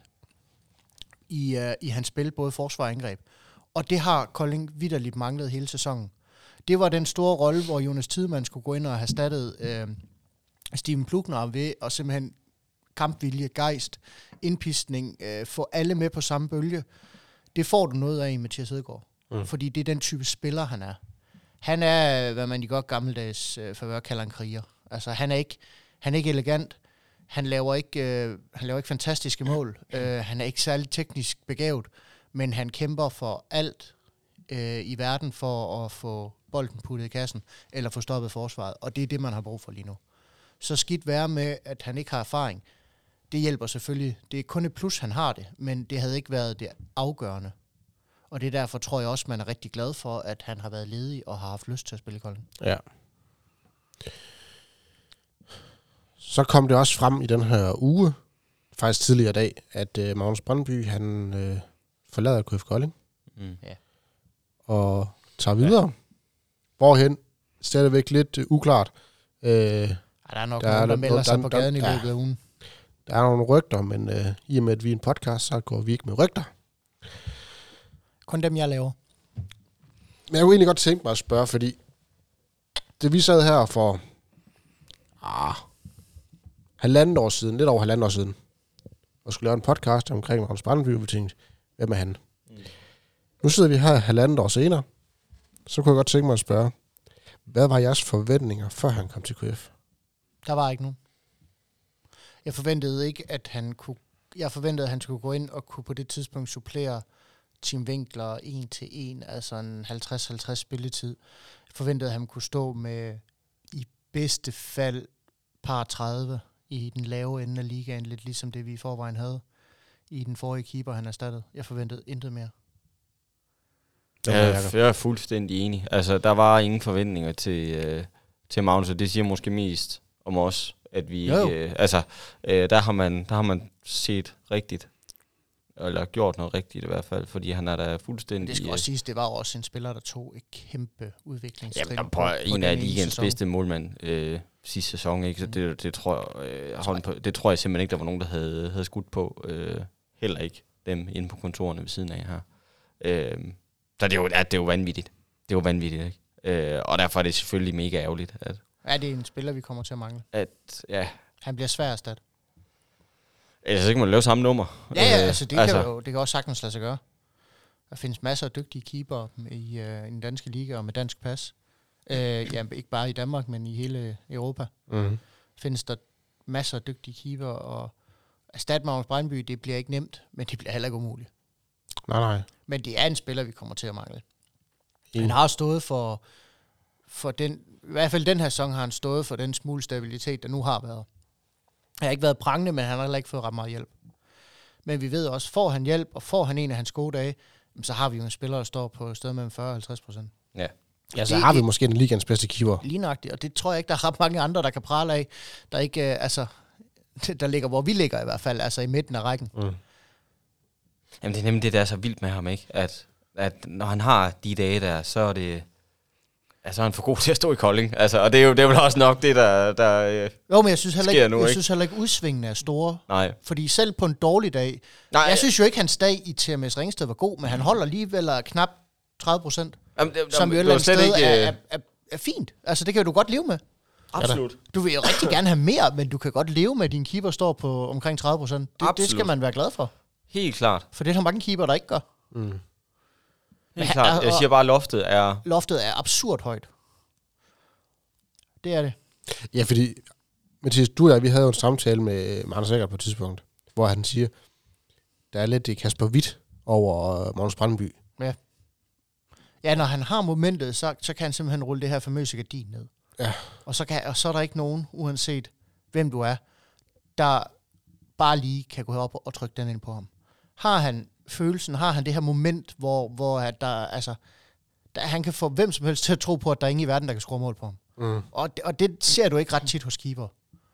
i hans spil, både forsvar og angreb. Og det har Kolding vitterligt manglet hele sæsonen. Det var den store rolle, hvor Jonas Tidemand skulle gå ind og have erstattet Steven Plugner ved at simpelthen kampvilje, gejst, indpistning, få alle med på samme bølge. Det får du noget af i Mathias Hedegaard. Fordi det er den type spiller, han er. Han er, hvad man i godt gammeldags forvør kalder en kriger. Altså, han er ikke elegant. Han laver ikke fantastiske mål. Han er ikke særlig teknisk begavet, men han kæmper for alt i verden for at få bolden puttet i kassen, eller få stoppet forsvaret. Og det er det, man har brug for lige nu. Så skidt være med, at han ikke har erfaring. Det hjælper selvfølgelig. Det er kun et plus, han har det, men det havde ikke været det afgørende. Og det er derfor, tror jeg også, man er rigtig glad for, at han har været ledig og har haft lyst til at spille i Kolding. Ja. Så kom det også frem i den her uge, faktisk tidligere i dag, at Magnus Brøndby, han forlader KF Kolding. Ja. Og tager videre. Hvorhen? Stadigvæk lidt uklart. Der er nok nogen, der melder sig på gaden i løbet af ugen. Der er nogle rygter, men i og med, at vi er en podcast, så går vi ikke med rygter. Kun dem, jeg laver. Men jeg kunne egentlig godt tænke mig at spørge, fordi det vi sad her for halvandet år siden, lidt over halvandet år siden, og skulle lave en podcast omkring Magnus Brøndby, og vi tænkte, hvem er han? Nu sidder vi her halvandet år senere, så kunne jeg godt tænke mig at spørge, hvad var jeres forventninger, før han kom til KF? Der var ikke nogen. Jeg forventede ikke, at han kunne... Jeg forventede, at han skulle gå ind og kunne på det tidspunkt supplere Tim Winkler 1-1, altså en 50-50 spilletid. Jeg forventede, at han kunne stå med i bedste fald par 30 i den lave ende af ligaen, lidt ligesom det, vi i forvejen havde i den forrige keeper, han erstattede. Jeg forventede intet mere. Jeg er fuldstændig enig. Altså, der var ingen forventninger til Magnus, og det siger måske mest om os, at vi ikke... der har man set rigtigt, eller gjort noget rigtigt i hvert fald, fordi han er der fuldstændig... Det skal også siges, det var også en spiller, der tog et kæmpe udviklingstrin. Jamen, på en af ligens bedste målmand sidste sæson, ikke? Så det tror jeg simpelthen ikke, der var nogen, der havde skudt på. Heller ikke dem inde på kontorerne ved siden af her. Så det er jo vanvittigt. Det er jo vanvittigt, ikke? Og derfor er det selvfølgelig mega ærgerligt. Er det en spiller, vi kommer til at mangle? Han bliver svær at erstatte. Ellers kan man lave samme nummer. Ja, altså det kan også sagtens lade sig gøre. Der findes masser af dygtige keeper i den danske liga og med dansk pas. Ikke bare i Danmark, men i hele Europa. Mm-hmm. Findes der masser af dygtige keeper, og erstatte Magnus Brøndby, det bliver ikke nemt, men det bliver heller ikke umuligt. Nej. Men det er en spiller, vi kommer til at mangle. Han har stået for den, i hvert fald den her sæson har han stået for den smule stabilitet, der nu har været. Han har ikke været prangende, men han har heller ikke fået ret meget hjælp. Men vi ved også, får han hjælp, og får han en af hans gode dage, så har vi jo en spiller, der står på et sted mellem 40 og 50%. Ja, så har vi måske en ligens bedste keeper. Lignagtigt, og det tror jeg ikke, der er ret mange andre, der kan prale af. Der ikke, der ligger, hvor vi ligger i hvert fald, altså i midten af rækken. Jamen det er nemlig det, der er så vildt med ham, ikke? At når han har de dage der, så er det... Altså, han er for god til at stå i Kolding. Altså, og det er vel også nok det, der jo, men jeg synes synes heller ikke udsvingene er store. Nej. Fordi selv på en dårlig dag... Nej, jeg synes jo ikke, hans dag i TMS Ringsted var god, men han holder alligevel knap 30%. Som jo et eller andet sted er fint. Altså, det kan du godt leve med. Absolut. Du vil jo rigtig gerne have mere, men du kan godt leve med, at din keeper står på omkring 30%. Det skal man være glad for. Helt klart. For det er der mange keeper, der ikke gør. Helt klart. Jeg siger bare, at loftet er absurd højt. Det er det. Ja, fordi, Mathias, du og jeg, vi havde jo en samtale med Anders Eggert på et tidspunkt, hvor han siger, der er lidt Kasper Witt over Magnus Brandby. Ja. Ja, når han har momentet, så kan han simpelthen rulle det her famøse gardin ned. Ja. Og så er der ikke nogen, uanset hvem du er, der bare lige kan gå herop og trykke den ind på ham. Har han følelsen, har han det her moment, hvor han kan få hvem som helst til at tro på, at der er ingen i verden, der kan score mål på ham. Og det ser du ikke ret tit hos keeper.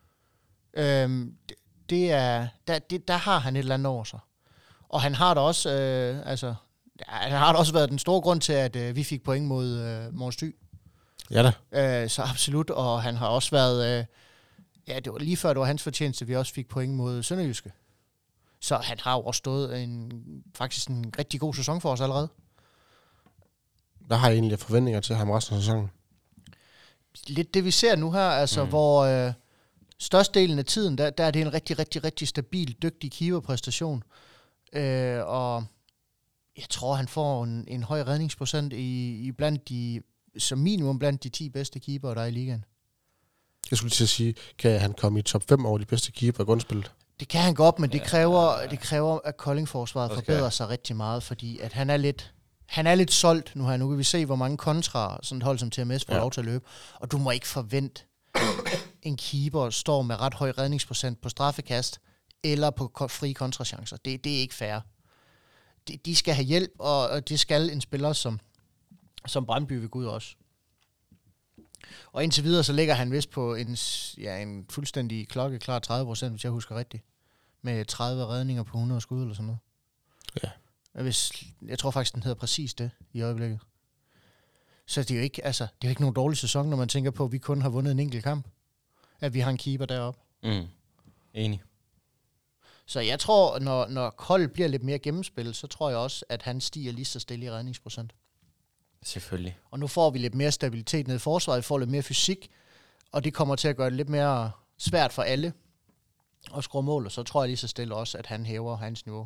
Der har han et eller andet over sig. Og han har da også, han har da også været den store grund til, at vi fik point mod Mogens Thy. Ja da. Så absolut, og han har også været, det var lige før, det var hans fortjeneste, vi også fik point mod Sønderjyske. Så han har jo også stået faktisk en rigtig god sæson for os allerede. Hvad har I egentlig forventninger til ham resten af sæsonen? Lidt det, vi ser nu her, hvor størstedelen af tiden, der er det en rigtig, rigtig, rigtig stabil, dygtig keeperpræstation. Og jeg tror, han får en høj redningsprocent i blandt de, som minimum blandt de 10 bedste keeper, der er i ligaen. Jeg skulle til at sige, kan han komme i top 5 over de bedste keeper i grundspillet? Det kan han godt, men det kræver at Kolding-forsvaret forbedrer sig rigtig meget, fordi at han er lidt solgt nu her. Nu kan vi se, hvor mange kontra sådan et hold som TMS får lov til at løbe. Og du må ikke forvente, en keeper står med ret høj redningsprocent på straffekast eller på frie kontrachancer. Det er ikke fair. De skal have hjælp, og det skal en spiller som Brandby vil gå ud også. Og indtil videre, så ligger han vist på en fuldstændig klokkeklar 30%, hvis jeg husker rigtigt. Med 30 redninger på 100 skud eller sådan noget. Ja. Jeg tror faktisk, den hedder præcis det i øjeblikket. Så det er jo ikke, det er jo ikke nogen dårlig sæson, når man tænker på, at vi kun har vundet en enkelt kamp. At vi har en keeper deroppe. Enig. Så jeg tror, når Kold bliver lidt mere gennemspillet, så tror jeg også, at han stiger lige så stille i redningsprocent. Selvfølgelig. Og nu får vi lidt mere stabilitet ned i forsvaret, vi får lidt mere fysik, og det kommer til at gøre det lidt mere svært for alle at score mål, og så tror jeg lige så stille også, at han hæver hans niveau.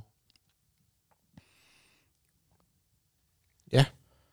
Ja.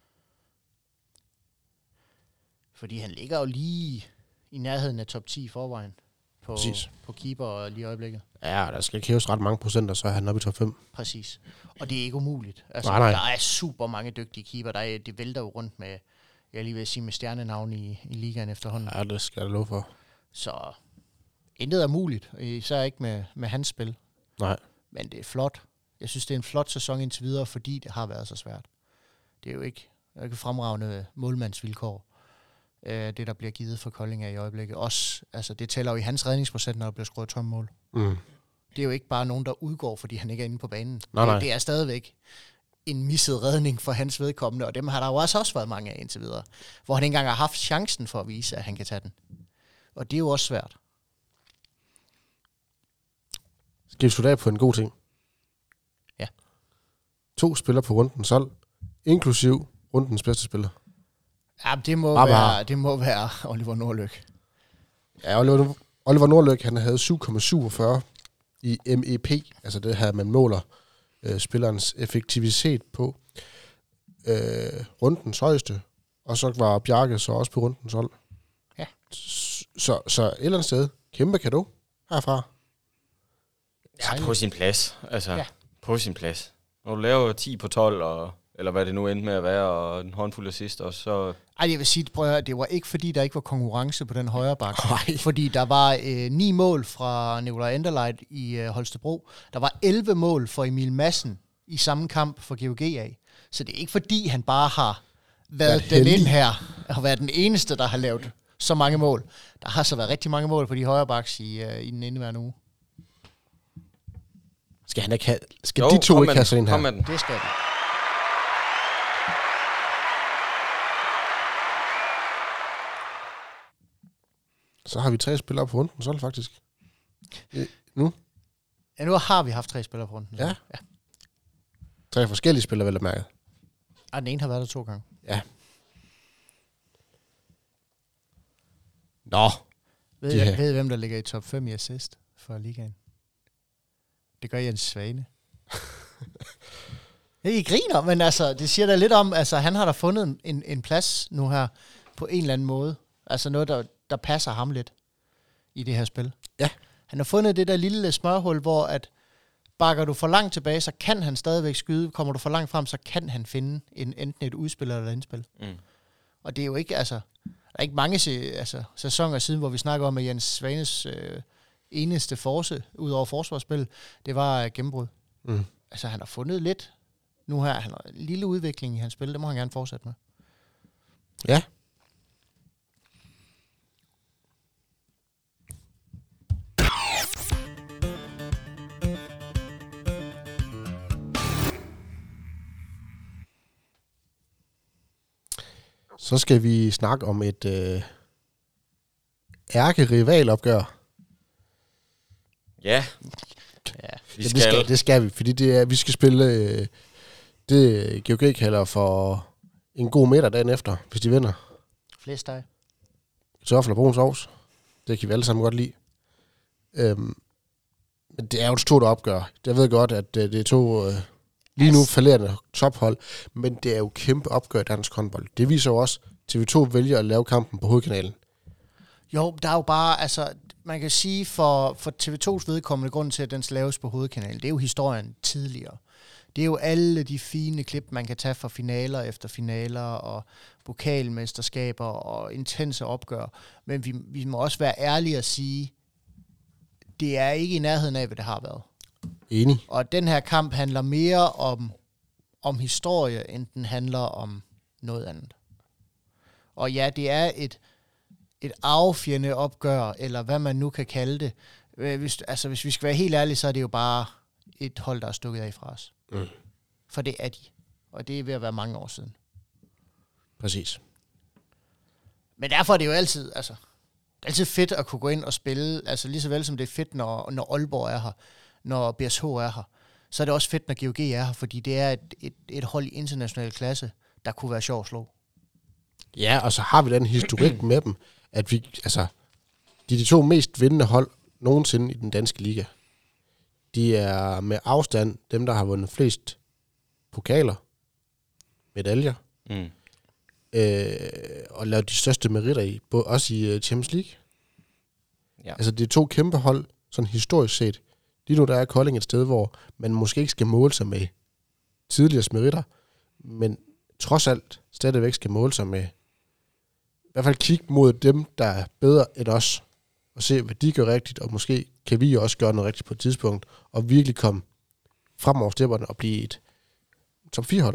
Fordi han ligger jo lige i nærheden af top 10 i forvejen på keeper lige i øjeblikket. Ja, der skal ikke hæves ret mange procenter, så er han oppe i top 5. Præcis. Og det er ikke umuligt. Nej. Der er super mange dygtige keeper. Det vælter jo rundt med, jeg lige vil sige, med stjernenavn i ligaen efterhånden. Ja, det skal jeg love for. Så intet er muligt, især ikke med hans spil. Nej. Men det er flot. Jeg synes, det er en flot sæson indtil videre, fordi det har været så svært. Det er jo ikke fremragende målmandsvilkår, det der bliver givet for Kolding i øjeblikket. Også, det tæller jo i hans redningsprocent, når der bliver scoret tomme mål. Det er jo ikke bare nogen, der udgår, fordi han ikke er inde på banen. Nej. Det er stadigvæk en misset redning for hans vedkommende, og dem har der jo også været mange af indtil videre, hvor han ikke engang har haft chancen for at vise, at han kan tage den. Og det er jo også svært. Skal vi slutte af på en god ting? Ja. 2 spillere på rundens hold, inklusiv rundens bedste spiller. Ja, det må være Oliver Nordløk. Ja, Oliver Nordløk, han havde 7,47 i MEP, altså det her, man måler spillerens effektivitet på rundens højeste, og så var Bjarke så også på rundens hold. Ja. Så et eller andet sted, kæmpe cadeau herfra. Ja, på sin plads. På sin plads. Når du laver 10 på 12, eller hvad det nu endte med at være, og en håndfuld assist, og så... Jeg vil sige, det var ikke fordi, der ikke var konkurrence på den højre bakke. Fordi der var 9 mål fra Nikolaj Enderleit i Holstebro. Der var 11 mål for Emil Madsen i samme kamp for GOG af. Så det er ikke fordi, han bare har været den ind her, og været den eneste, der har lavet så mange mål. Der har så været rigtig mange mål på de højre backs i den indeværende uge. Skal han ikke have, skal de to ikke have sådan en her? Kom med den. Det skal de. Så har vi 3 spillere på runden, så er det faktisk. Nu? Ja, nu har vi haft 3 spillere på runden. Ja. 3 forskellige spillere, vel at mærke. Og den ene har været der 2 gange. Ja. Nå. Ved hvem der ligger i top 5 i assist for ligaen? Det gør Jens Svane. I griner, men altså, det siger da lidt om, altså han har da fundet en plads nu her, på en eller anden måde. Altså noget, der passer ham lidt i det her spil. Ja. Han har fundet det der lille smørhul, hvor at bakker du for langt tilbage, så kan han stadigvæk skyde. Kommer du for langt frem, så kan han finde enten et udspil eller et indspil. Mm. Og det er jo ikke, altså, der er ikke mange sæsoner siden, hvor vi snakker om, at Jens Svanes eneste force, ud over forsvarsspil, det var gennembrud. Mm. Altså, han har fundet lidt nu her. Han har en lille udvikling i hans spil, det må han gerne fortsætte med. Ja. Så skal vi snakke om et ærkerivalopgør. Ja. Det skal vi, fordi vi skal spille det GOG kalder for en god middag dagen efter, hvis de vinder. Flæskesteg. Kartofler og brun sovs. Det kan vi alle sammen godt lide. Men det er jo et stort opgør. Jeg ved godt, at det er 2 lige nu falderende tophold, men det er jo kæmpe opgør i dansk håndbold. Det viser jo også, at TV2 vælger at lave kampen på hovedkanalen. Jo, der er jo bare, altså, man kan sige for TV2's vedkommende, grunden til, at den laves på hovedkanalen, det er jo historien tidligere. Det er jo alle de fine klip, man kan tage fra finaler efter finaler, og pokalmesterskaber og intense opgør. Men vi må også være ærlige at sige, det er ikke i nærheden af, hvad det har været. Enig. Og den her kamp handler mere om historie, end den handler om noget andet. Og ja, det er et arvefjende opgør, eller hvad man nu kan kalde det. Hvis vi skal være helt ærlige, så er det jo bare et hold, der er stukket af fra os. Mm. For det er de. Og det er ved at være mange år siden. Præcis. Men derfor er det jo altid fedt at kunne gå ind og spille, altså lige så vel som det er fedt, når Aalborg er her, når BSH er her, så er det også fedt, når GOG er her, fordi det er et hold i international klasse, der kunne være sjov at slå. Ja, og så har vi den historik med dem, at vi, altså, de 2 mest vindende hold nogensinde i den danske liga. De er med afstand dem, der har vundet flest pokaler, medaljer, og lavet de største meritter i, også i Champions League. Ja. Altså, det er 2 kæmpe hold, sådan historisk set. Lige nu der er Kolding et sted, hvor man måske ikke skal måle sig med tidligere meritter, men trods alt stadigvæk skal måle sig med, i hvert fald kigge mod dem, der er bedre end os, og se, hvad de gør rigtigt, og måske kan vi også gøre noget rigtigt på et tidspunkt, og virkelig komme frem over stepperne og blive et top 4-hold.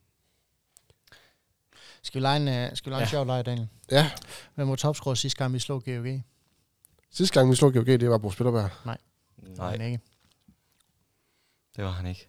Skal vi lege en sjov leg, Daniel? Ja. Hvem var topscorer sidste gang, vi slog GOG? Sidste gang, vi slog GOG, det var Bo Spillerberg. Nej. Ikke. Det var han ikke.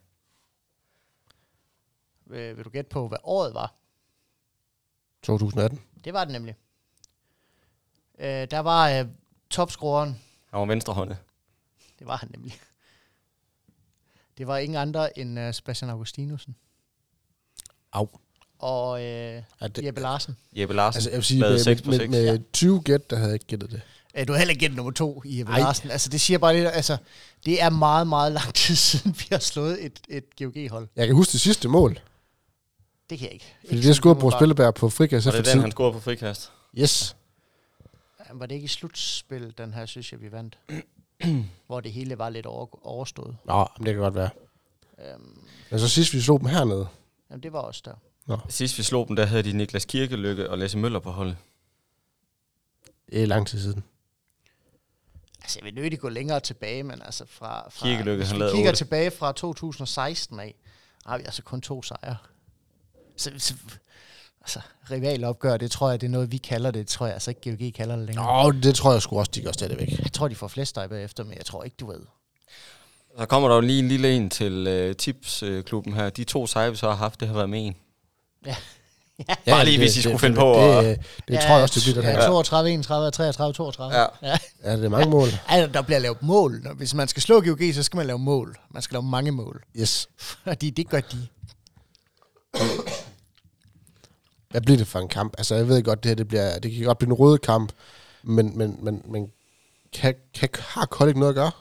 Vil du gætte på, hvad året var? 2018. Det var det nemlig. Der var topscoreren. Han var venstrehåndet. Det var han nemlig. Det var ingen andre end Sebastian Augustinussen. Au. Og Jeppe Larsen. Jeppe Larsen. Altså, jeg vil sige, med 20 gæt, der havde jeg ikke gættet det. Du har heller ikke gættet nummer 2 i Jeppe Larsen. Altså, det siger bare lidt, altså, det er meget, meget lang tid siden, vi har slået et GOG-hold. Jeg kan huske det sidste mål. Det kan jeg ikke. Fordi det scorede Bo Spillerberg på frikast. Og det er den, han scorede på frikast. Yes. Var det ikke i slutspil, den her, synes jeg, vi vandt? Hvor det hele var lidt overstået. Nå, men det kan godt være. Men så sidst vi slog dem hernede. Jamen, det var også der. Nå. Sidst vi slog dem, der havde de Niklas Kirkelykke og Lasse Møller på holdet. Det er lang tid siden. Altså, jeg vil nødig gå længere tilbage, men altså fra Kirkelykke, hvis vi kigger tilbage fra 2016 af, har vi altså kun 2 sejre. Så altså, rivalopgør, det tror jeg, det er noget, vi kalder det. Det tror jeg altså ikke, GOG kalder det længere. Det tror jeg sgu også, de gør stadigvæk. Jeg tror, de får flest dig bagefter, men jeg tror ikke, du ved. Så kommer der jo lige en lille en til tipsklubben her. De 2 sejre, vi så har haft, det har været med en. Ja. Bare lige, hvis I skulle finde på. Det tror jeg også, det bliver den her. 32, 31, 33, 32. Ja. Ja, det er mange mål. Altså, der bliver lavet mål. Hvis man skal slå GOG, så skal man lave mål. Man skal lave mange mål. Yes. Fordi det gør de. Hvad bliver det for en kamp? Altså, jeg ved godt, det kan godt blive en rød kamp, men har Kolding noget at gøre?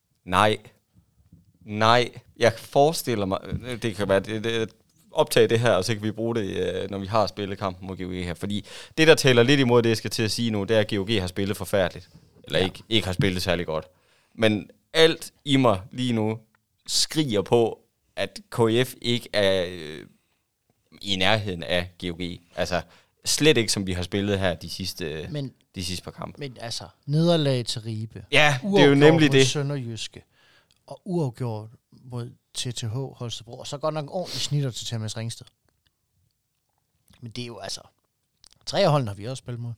Nej. Jeg forestiller mig, det kan være, det optage det her, og så kan vi bruge det, når vi har spillet kampen mod GOG her. Fordi det, der taler lidt imod det, jeg skal til at sige nu, det er, at GOG har spillet forfærdeligt. Eller ikke har spillet særlig godt. Men alt i mig lige nu skriger på, at KF ikke er i nærheden af GOG. Altså, slet ikke, som vi har spillet her de sidste par kampe. Men altså, nederlag til Ribe. Ja, det er jo nemlig det. Sønderjyske. Og uafgjort mod TTH Holstebro. Og så godt nok ordentligt snitter til TMS Ringsted. Men det er jo altså... 3 hold har vi også spillet mod.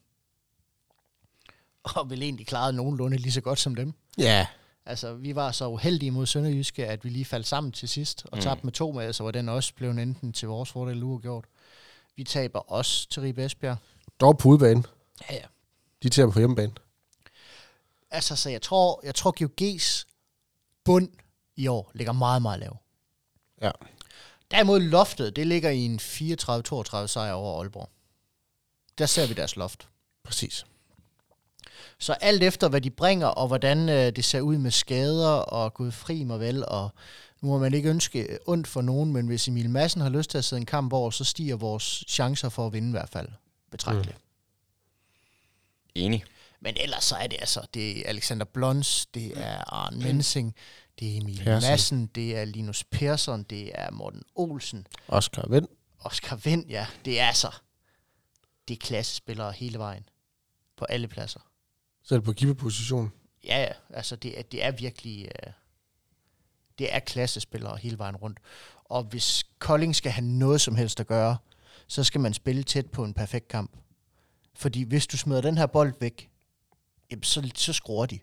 Og vel egentlig klaret nogenlunde lige så godt som dem. Ja. Altså, vi var så uheldige mod Sønderjyske, at vi lige faldt sammen til sidst, og tabte med 2 med, så var den også blevet enten til vores fordel uafgjort. Vi taber også til Ribe Esbjerg. Dog på udebane. Ja. De taber på hjemmebane. Altså, så jeg tror GOG's bund i år ligger meget, meget lav. Ja. Derimod loftet, det ligger i en 34-32 sejr over Aalborg. Der ser vi deres loft. Præcis. Så alt efter, hvad de bringer, og hvordan det ser ud med skader, og gud fri mig vel, og nu må man ikke ønske ondt for nogen, men hvis Emil Madsen har lyst til at sidde en kamp over, så stiger vores chancer for at vinde i hvert fald betragteligt. Enig. Men ellers så er det altså, det er Alexander Blons, det er Arne Mensing, det er Emil Madsen, det er Linus Persson, det er Morten Olsen. Oscar Vind, ja. Det er altså, det er klassespillere hele vejen. På alle pladser. Selv på keeperposition. Ja, altså det er virkelig, det er klassespillere hele vejen rundt. Og hvis Kolding skal have noget som helst at gøre, så skal man spille tæt på en perfekt kamp. Fordi hvis du smider den her bold væk, jamen så skruer de.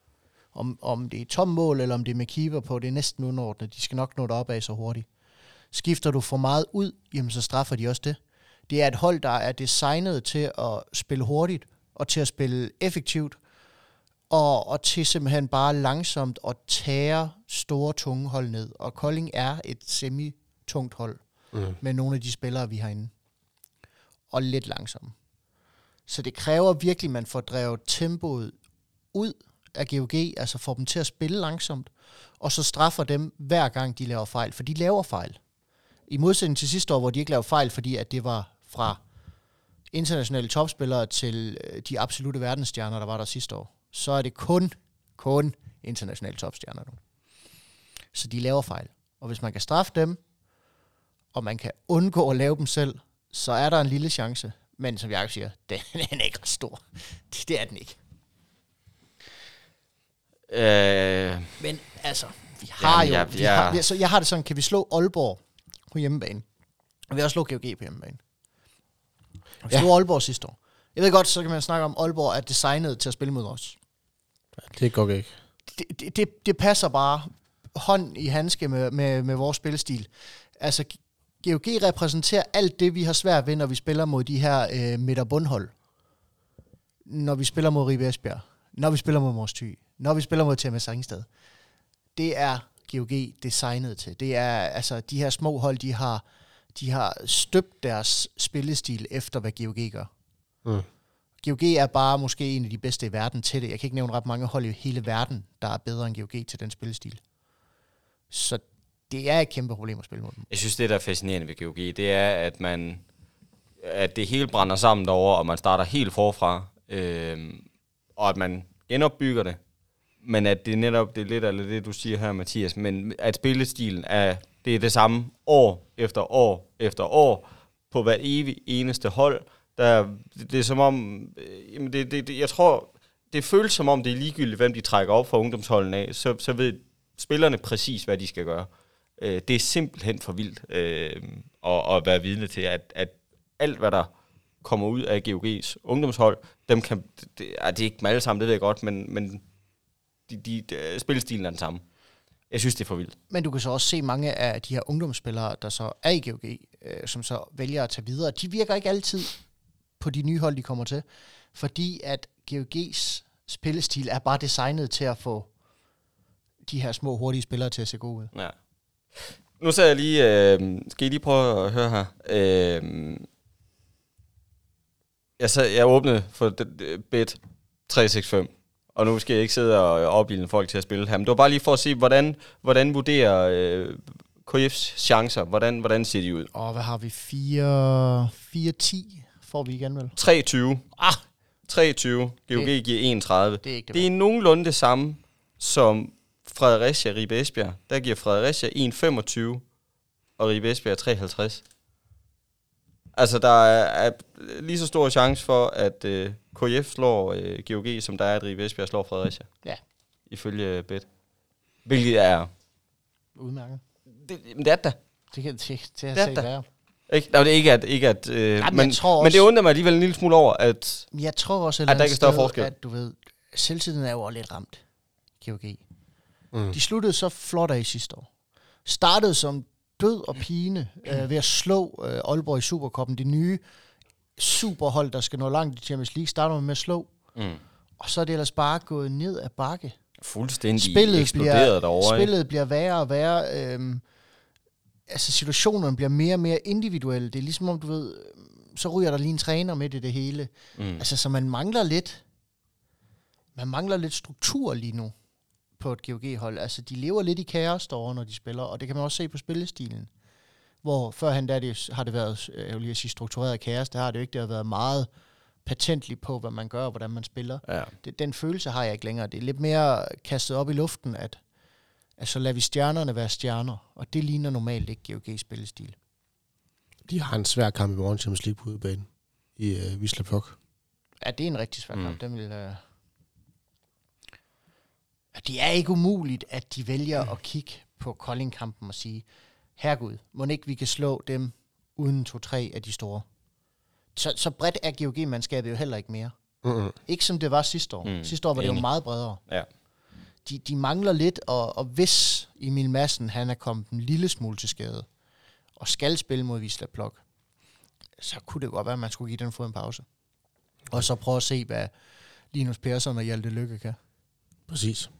Om det er tom mål, eller om det er med keeper på, det er næsten underordnet. De skal nok nå derop af så hurtigt. Skifter du for meget ud, jamen så straffer de også det. Det er et hold, der er designet til at spille hurtigt, og til at spille effektivt, og til simpelthen bare langsomt at tære store, tunge hold ned. Og Kolding er et semi-tungt hold, med nogle af de spillere, vi har inde. Og lidt langsomme. Så det kræver virkelig, at man får drevet tempoet ud af GOG, altså får dem til at spille langsomt, og så straffer dem hver gang, de laver fejl. For de laver fejl. I modsætning til sidste år, hvor de ikke lavede fejl, fordi at det var fra internationale topspillere til de absolute verdensstjerner, der var der sidste år, så er det kun internationale topstjerner nu. Så de laver fejl. Og hvis man kan straffe dem, og man kan undgå at lave dem selv, så er der en lille chance. Men som jeg siger, den er ikke stor. Det er den ikke. Men altså, vi har så jeg har det sådan, kan vi slå Aalborg på hjemmebane? Og vi har også slå GOG på hjemmebane. Vi slog Aalborg sidste år. Jeg ved godt, så kan man snakke om, Aalborg er designet til at spille mod os. Det går ikke. Det passer bare hånd i handske med vores spillestil. Altså, GOG repræsenterer alt det, vi har svært ved, når vi spiller mod de her midterbundhold. Når vi spiller mod Ribe Esbjerg. Når vi spiller mod Mors Thy. Når vi spiller mod TMS Ringsted. Det er GOG designet til. Det er, altså, de her små hold, de har støbt deres spillestil efter, hvad GOG gør. GOG er bare måske en af de bedste i verden til det. Jeg kan ikke nævne ret mange hold i hele verden, der er bedre end GOG til den spillestil. Så det er et kæmpe problem at spille mod dem. Jeg synes, det der er fascinerende ved GOG, det er, at det hele brænder sammen derovre, og man starter helt forfra, og at man genopbygger det, men at det netop, det er lidt eller det, du siger her, Mathias, men at spillestilen det er det samme år efter år efter år, på hver evig eneste hold. Det er som om, jeg tror, det føles som om, det er ligegyldigt, hvem de trækker op fra ungdomsholden af, så ved spillerne præcis, hvad de skal gøre. Det er simpelthen for vildt at være vidne til, at alt, hvad der kommer ud af GOG's ungdomshold, dem kan, det er ikke dem alle sammen, det ved jeg godt, men spillestilen er den samme. Jeg synes, det er for vildt. Men du kan så også se mange af de her ungdomsspillere, der så er i GOG, som så vælger at tage videre. De virker ikke altid på de nye hold, de kommer til, fordi at GOG's spillestil er bare designet til at få de her små, hurtige spillere til at se gode ud. Ja. Nu så jeg lige... skal I lige prøve at høre her? Jeg åbnede for bet 365, og nu skal jeg ikke sidde og opbilde folk til at spille her, men det var bare lige for at se, hvordan vurderer KF's chancer, hvordan ser de ud? Og hvad har vi? 4-10 får vi igen, vel? 23. 23. GOG giver 31. Det er ikke det er nogenlunde det samme som Fredericia Ribe Esbjerg. Der giver Fredericia 1,25, og Ribe Esbjerg 53. Altså, der er lige så stor chance for, at KF slår GOG, som der er, at Ribe Esbjerg slår Fredericia. Ja. Ifølge bet. Hvilket er... Udmærket. Det er det. Det kan det have være. Ikke? Nej, det er ikke at... men det undrer mig alligevel en lille smule over, at... Jeg tror også, at der ikke er større forskel. At du ved, selvtiden er jo lidt ramt. GOG. De sluttede så flot af sidste år. Startede som død og pine ved at slå Aalborg i Supercuppen. Det nye superhold, der skal nå langt i Champions League, starter med at slå. Og så er det ellers bare gået ned ad bakke. Fuldstændig eksploderet derovre. Spillet bliver værre og værre. Altså situationerne bliver mere og mere individuelle. Det er ligesom om, du ved, så ryger der lige en træner midt i det hele. Altså, så man mangler lidt struktur lige nu på et GOG-hold. Altså, de lever lidt i kaos derovre, når de spiller, og det kan man også se på spillestilen. Hvor førhen har det været, jeg vil lige sige, struktureret kaos, det har det jo ikke. Det har været meget patentligt på, hvad man gør og hvordan man spiller. Ja. Den følelse har jeg ikke længere. Det er lidt mere kastet op i luften, at så lader vi stjernerne være stjerner, og det ligner normalt ikke GOG-spillestil. De har en svær kamp i morgen, Champions League på udebanen i Wisla Plock. Ja, det er en rigtig svær kamp. Den vil... Det er ikke umuligt, at de vælger at kigge på Kolding-kampen og sige, herregud, må ikke vi kan slå dem uden 2-3 af de store. Så bredt er GOG-mandskabet jo heller ikke mere. Ikke som det var sidste år. Sidste år var det jo meget bredere. Ja. De mangler lidt, og hvis Emil Madsen, han er kommet en lille smule til skade, og skal spille mod Wisla Plock, så kunne det godt være, at man skulle give den fod en pause. Og så prøve at se, hvad Linus Persson og Hjalte Lykke kan. Præcis.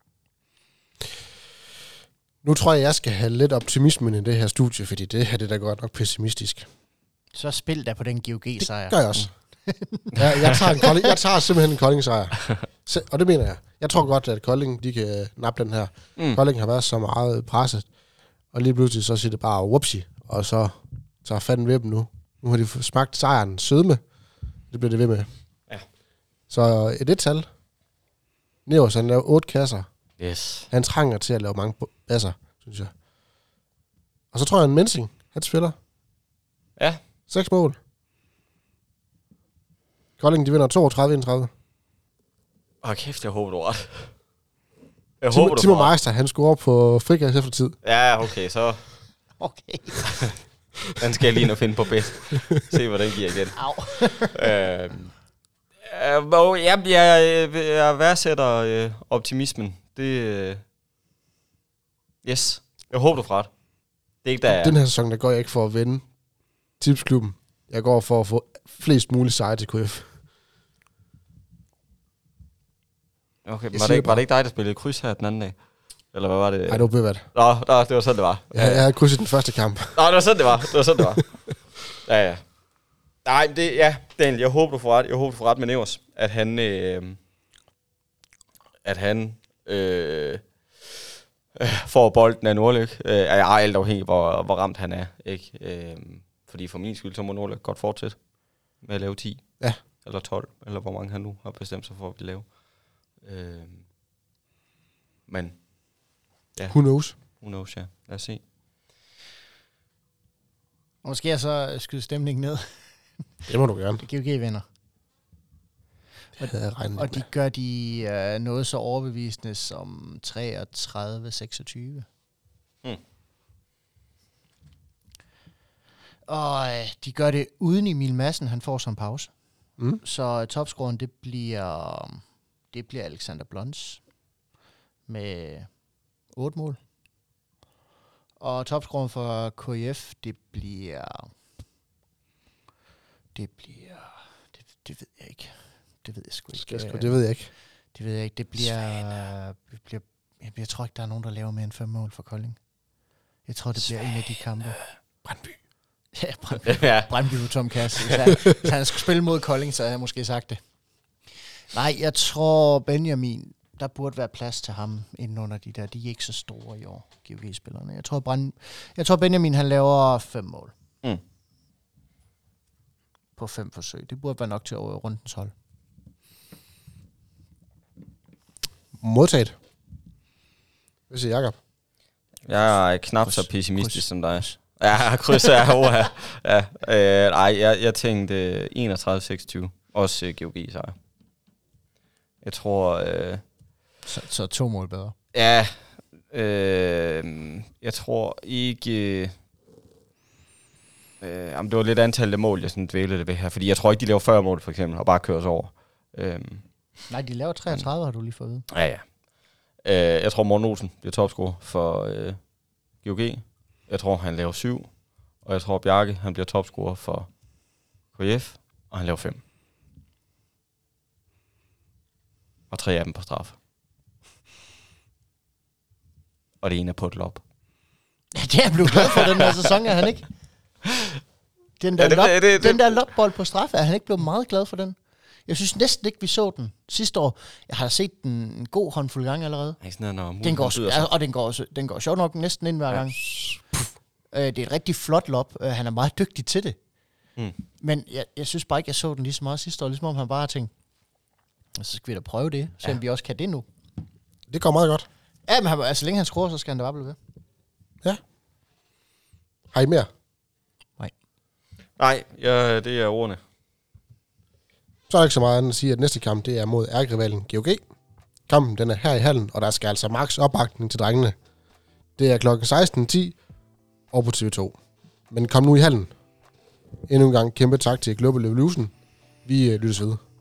Nu tror jeg skal have lidt optimismen i det her studie, fordi det her det er da godt nok pessimistisk. Så spil der på den GOG-sejr. Det gør jeg også. Jeg tager simpelthen en Kolding-sejr. Og det mener jeg. Jeg tror godt, at Kolding, de kan nappe den her. Kolding har været så meget presset, og lige pludselig så siger det bare whoopsie, og så tager fanden ved dem nu. Nu har de smagt sejren sødme. Det bliver det ved med. Ja. Så et et-tal. Nevers, han laver 8 kasser. Yes. Han trænger til at lave mange basser, synes jeg. Og så tror jeg, en Mensing, han spiller. Ja. 6 mål. Kolding, de vinder 32-31. Kæft, jeg håber, du er ret. Timo Meister, han scorer på frikast efter tid. Ja, okay, så... Okay. Den skal jeg lige nå finde på bedst. Se, hvad den giver igen. Jeg værdsætter optimismen. Det... Yes. Jeg håber, du får ret. Det er ikke der... Den her sæson, der går jeg ikke for at vinde tipsklubben. Jeg går for at få flest mulige sejre til KF. Okay, var det ikke dig, der spillede kryds her den anden dag? Eller hvad var det? Nej, det var Bøvat. Nå, det var sådan, det var. Ja, jeg havde krydset den første kamp. Nå, det var sådan, det var. Ja. Nej, Daniel, jeg håber, du får ret. Jeg håber, du får ret med Nevers, at han får bolden af Nordlyk. Jeg er alt afhængig, hvor ramt han er. Ikke? Fordi for min skyld, så må Nordlyk godt fortsætte med at lave 10. Ja. Eller 12, eller hvor mange han nu har bestemt sig for at lave. Men ja. Who knows, ja. Lad os se. Og måske jeg så skyde stemningen ned. Det må du gerne. GOG vinder. Og de gør noget så overbevisende som 33-26. Og de gør det uden Emil Madsen, han får som pause. Så topscoren, det bliver Alexander Blons med 8 mål. Og topscoren for KIF, det bliver... Det ved jeg ikke. Det ved jeg sgu ikke. Det ved jeg ikke. Det ved jeg ikke. Det bliver jeg tror ikke, der er nogen, der laver mere end 5 mål for Kolding. Jeg tror, det bliver en af de kampe. Brøndby. Ja, Brøndby på Tom Kass. Hvis han skulle spille mod Kolding, så havde jeg måske sagt det. Nej, jeg tror Benjamin, der burde være plads til ham inden under de der. De er ikke så store i år, GOG-spillerne. Jeg tror Benjamin, han laver 5 mål. På 5 forsøg. Det burde være nok til at rundens hold. Modtaget. Hvad siger Jakob? Jeg er knap så pessimistisk som dig. Ja, kryds er over. Jeg tænkte 31-26. Også GOG sejr. Jeg tror... Så 2 mål bedre. Ja. Jeg tror ikke... det var lidt antallet af mål, jeg sådan dvælede det ved her. Fordi jeg tror ikke, de laver 40 mål, for eksempel, og bare kører sig over. Nej, de laver 33, har du lige fået at vide. Ja. Jeg tror, Morten Olsen bliver topscorer for GOG. Jeg tror, han laver 7. Og jeg tror, Bjarke, han bliver topscorer for KF, og han laver 5. Og 3 af dem på straf. Og det ene er på et lop. Ja, det er jeg blevet glad for den her sæson, er han ikke? Den der lopbold på straf, er han ikke blevet meget glad for den? Jeg synes næsten ikke, vi så den sidste år. Jeg har set den en god håndfuld gange allerede. Den går sjovt nok næsten ind hver gang. Det er et rigtig flot lop. Han er meget dygtig til det. Men jeg synes bare ikke, jeg så den lige så meget sidste år. Ligesom om han bare har tænkt, så skal vi da prøve det, så vi også kan det nu. Det går meget godt. Ja, men så længe han scorer, så skal han da bare blive ved. Ja. Har I mere? Nej, det er ordene. Så er der ikke så meget andet at sige, at næste kamp, det er mod ærkerivalen GOG. Kampen, den er her i hallen, og der skal altså maks opbakning til drengene. Det er klokken 16.10 og på TV2. Men kom nu i hallen. Endnu en gang kæmpe tak til Global Evolution. Vi lyttes ved.